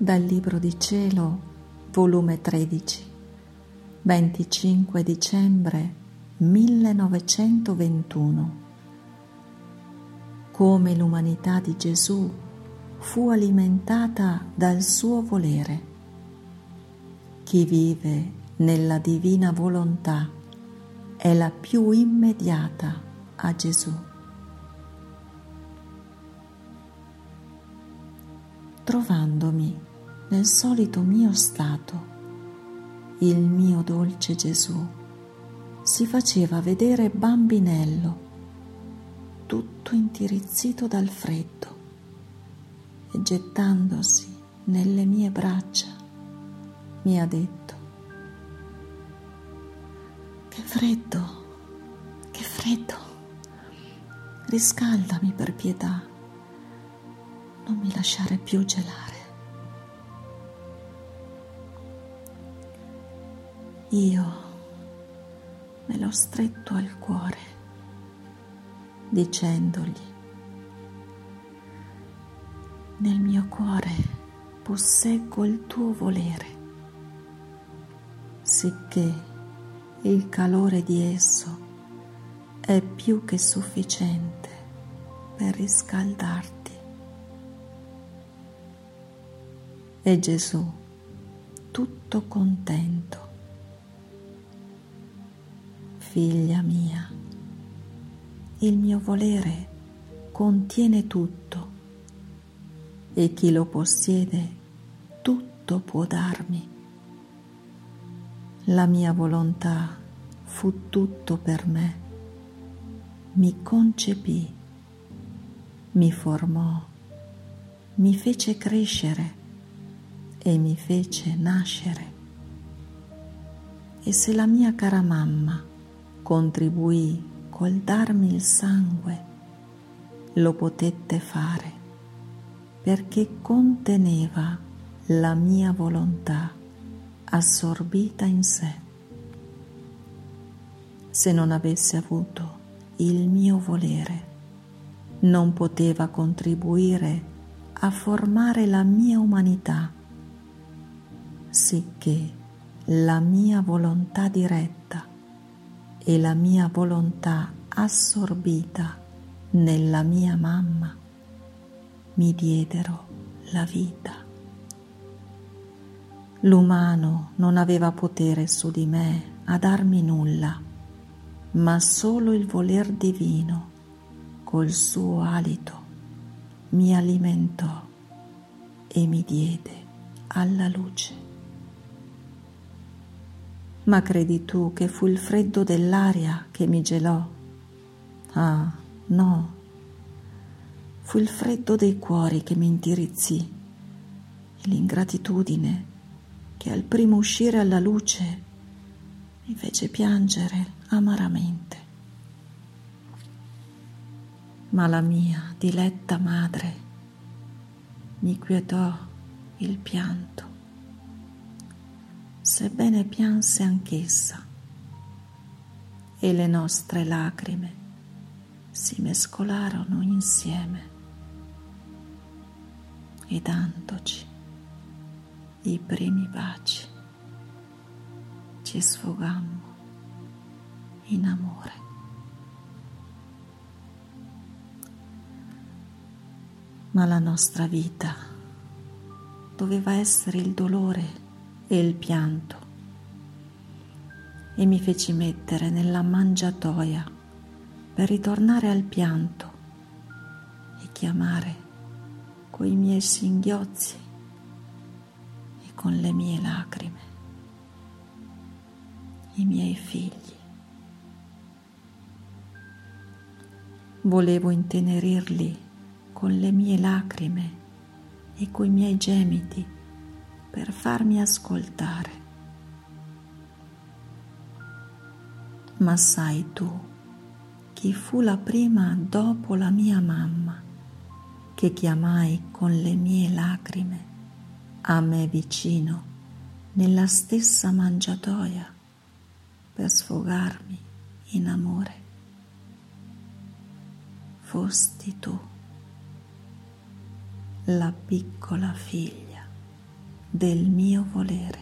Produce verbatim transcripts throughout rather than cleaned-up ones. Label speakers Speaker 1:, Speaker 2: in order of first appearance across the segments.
Speaker 1: Dal Libro di Cielo, volume tredici, venticinque dicembre millenovecentoventuno. Come l'umanità di Gesù fu alimentata dal suo volere. Chi vive nella divina volontà è la più immediata a Gesù. Trovandomi nel solito mio stato, il mio dolce Gesù si faceva vedere bambinello, tutto intirizzito dal freddo, e gettandosi nelle mie braccia mi ha detto: «Che freddo, che freddo, riscaldami per pietà, non mi lasciare più gelare». Io me l'ho stretto al cuore, dicendogli: «Nel mio cuore posseggo il tuo volere, sicché il calore di esso è più che sufficiente per riscaldarti». E Gesù, tutto contento: «Figlia mia, il mio volere contiene tutto, e chi lo possiede tutto può darmi. La mia volontà fu tutto per me, mi concepì, mi formò, mi fece crescere e mi fece nascere. E se la mia cara mamma contribuì col darmi il sangue, lo potette fare perché conteneva la mia volontà assorbita in sé. Se non avesse avuto il mio volere, non poteva contribuire a formare la mia umanità, sicché la mia volontà diretta e la mia volontà assorbita nella mia mamma mi diedero la vita. L'umano non aveva potere su di me a darmi nulla, ma solo il voler divino col suo alito mi alimentò e mi diede alla luce. Ma credi tu che fu il freddo dell'aria che mi gelò? Ah, no, fu il freddo dei cuori che mi intirizzì e l'ingratitudine che al primo uscire alla luce mi fece piangere amaramente. Ma la mia diletta madre mi quietò il pianto, sebbene pianse anch'essa, e le nostre lacrime si mescolarono insieme, e dandoci i primi baci ci sfogammo in amore. Ma la nostra vita doveva essere il dolore e il pianto, e mi feci mettere nella mangiatoia per ritornare al pianto e chiamare coi miei singhiozzi e con le mie lacrime i miei figli. Volevo intenerirli con le mie lacrime e coi miei gemiti per farmi ascoltare. Ma sai tu chi fu la prima dopo la mia mamma che chiamai con le mie lacrime a me vicino nella stessa mangiatoia per sfogarmi in amore? Fosti tu, la piccola figlia del mio volere.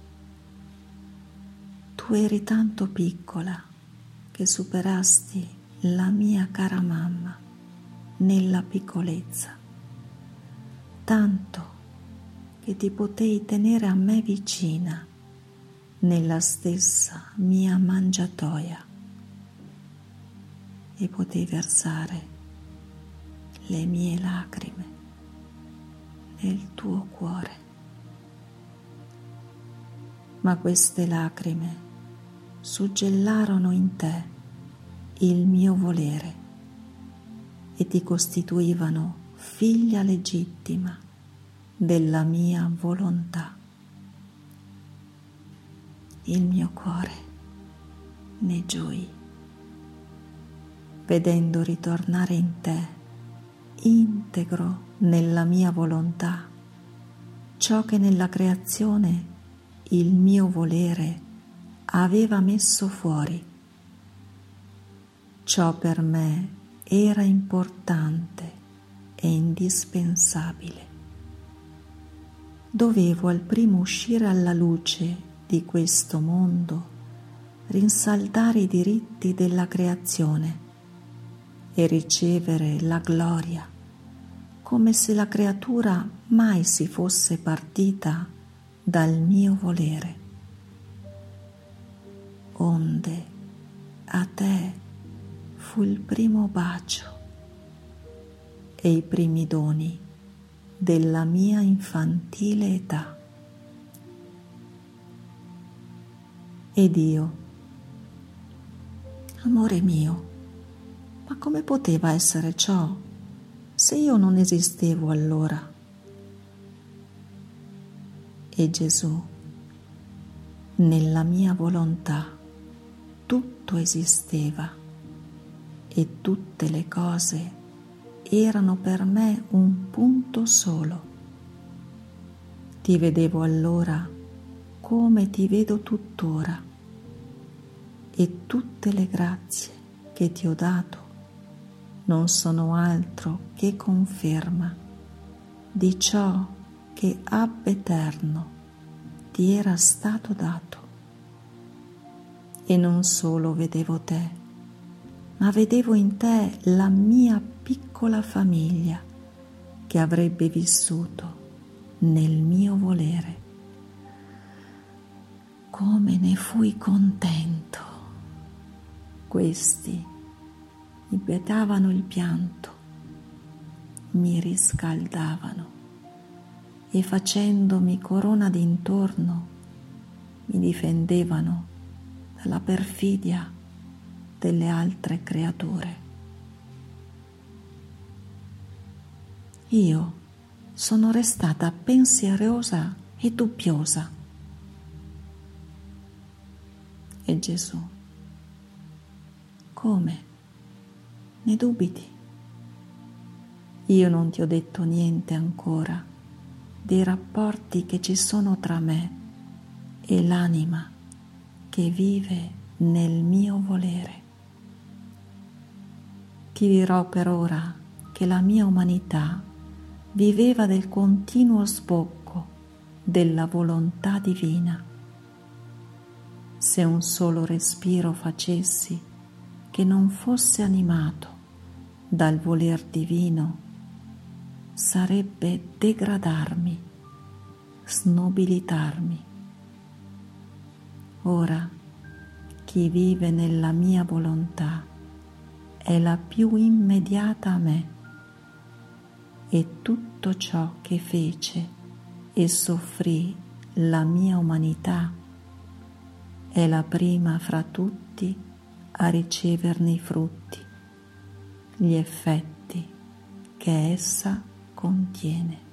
Speaker 1: Tu eri tanto piccola che superasti la mia cara mamma nella piccolezza, tanto che ti potei tenere a me vicina nella stessa mia mangiatoia e potei versare le mie lacrime nel tuo cuore. Ma queste lacrime suggellarono in te il mio volere e ti costituivano figlia legittima della mia volontà. Il mio cuore ne gioì, vedendo ritornare in te, integro nella mia volontà, ciò che nella creazione il mio volere aveva messo fuori. Ciò per me era importante e indispensabile. Dovevo al primo uscire alla luce di questo mondo, rinsaldare i diritti della creazione e ricevere la gloria, come se la creatura mai si fosse partita dal mio volere. Onde a te fu il primo bacio e i primi doni della mia infantile età. Ed io, amore mio, ma come poteva essere ciò se io non esistevo allora? E Gesù, nella mia volontà, tutto esisteva e tutte le cose erano per me un punto solo. Ti vedevo allora come ti vedo tuttora e tutte le grazie che ti ho dato non sono altro che conferma di ciò che ab eterno ti era stato dato. E non solo vedevo te, ma vedevo in te la mia piccola famiglia che avrebbe vissuto nel mio volere. Come ne fui contento! Questi mi vietavano il pianto, mi riscaldavano e facendomi corona d'intorno mi difendevano dalla perfidia delle altre creature. Io sono restata pensierosa e dubbiosa. E Gesù, come? Ne dubiti? Io non ti ho detto niente ancora dei rapporti che ci sono tra me e l'anima che vive nel mio volere. Ti dirò per ora che la mia umanità viveva del continuo sbocco della volontà divina. Se un solo respiro facessi che non fosse animato dal voler divino, sarebbe degradarmi, snobilitarmi. Ora, chi vive nella mia volontà è la più immediata a me e tutto ciò che fece e soffrì la mia umanità è la prima fra tutti a riceverne i frutti, gli effetti che essa contiene.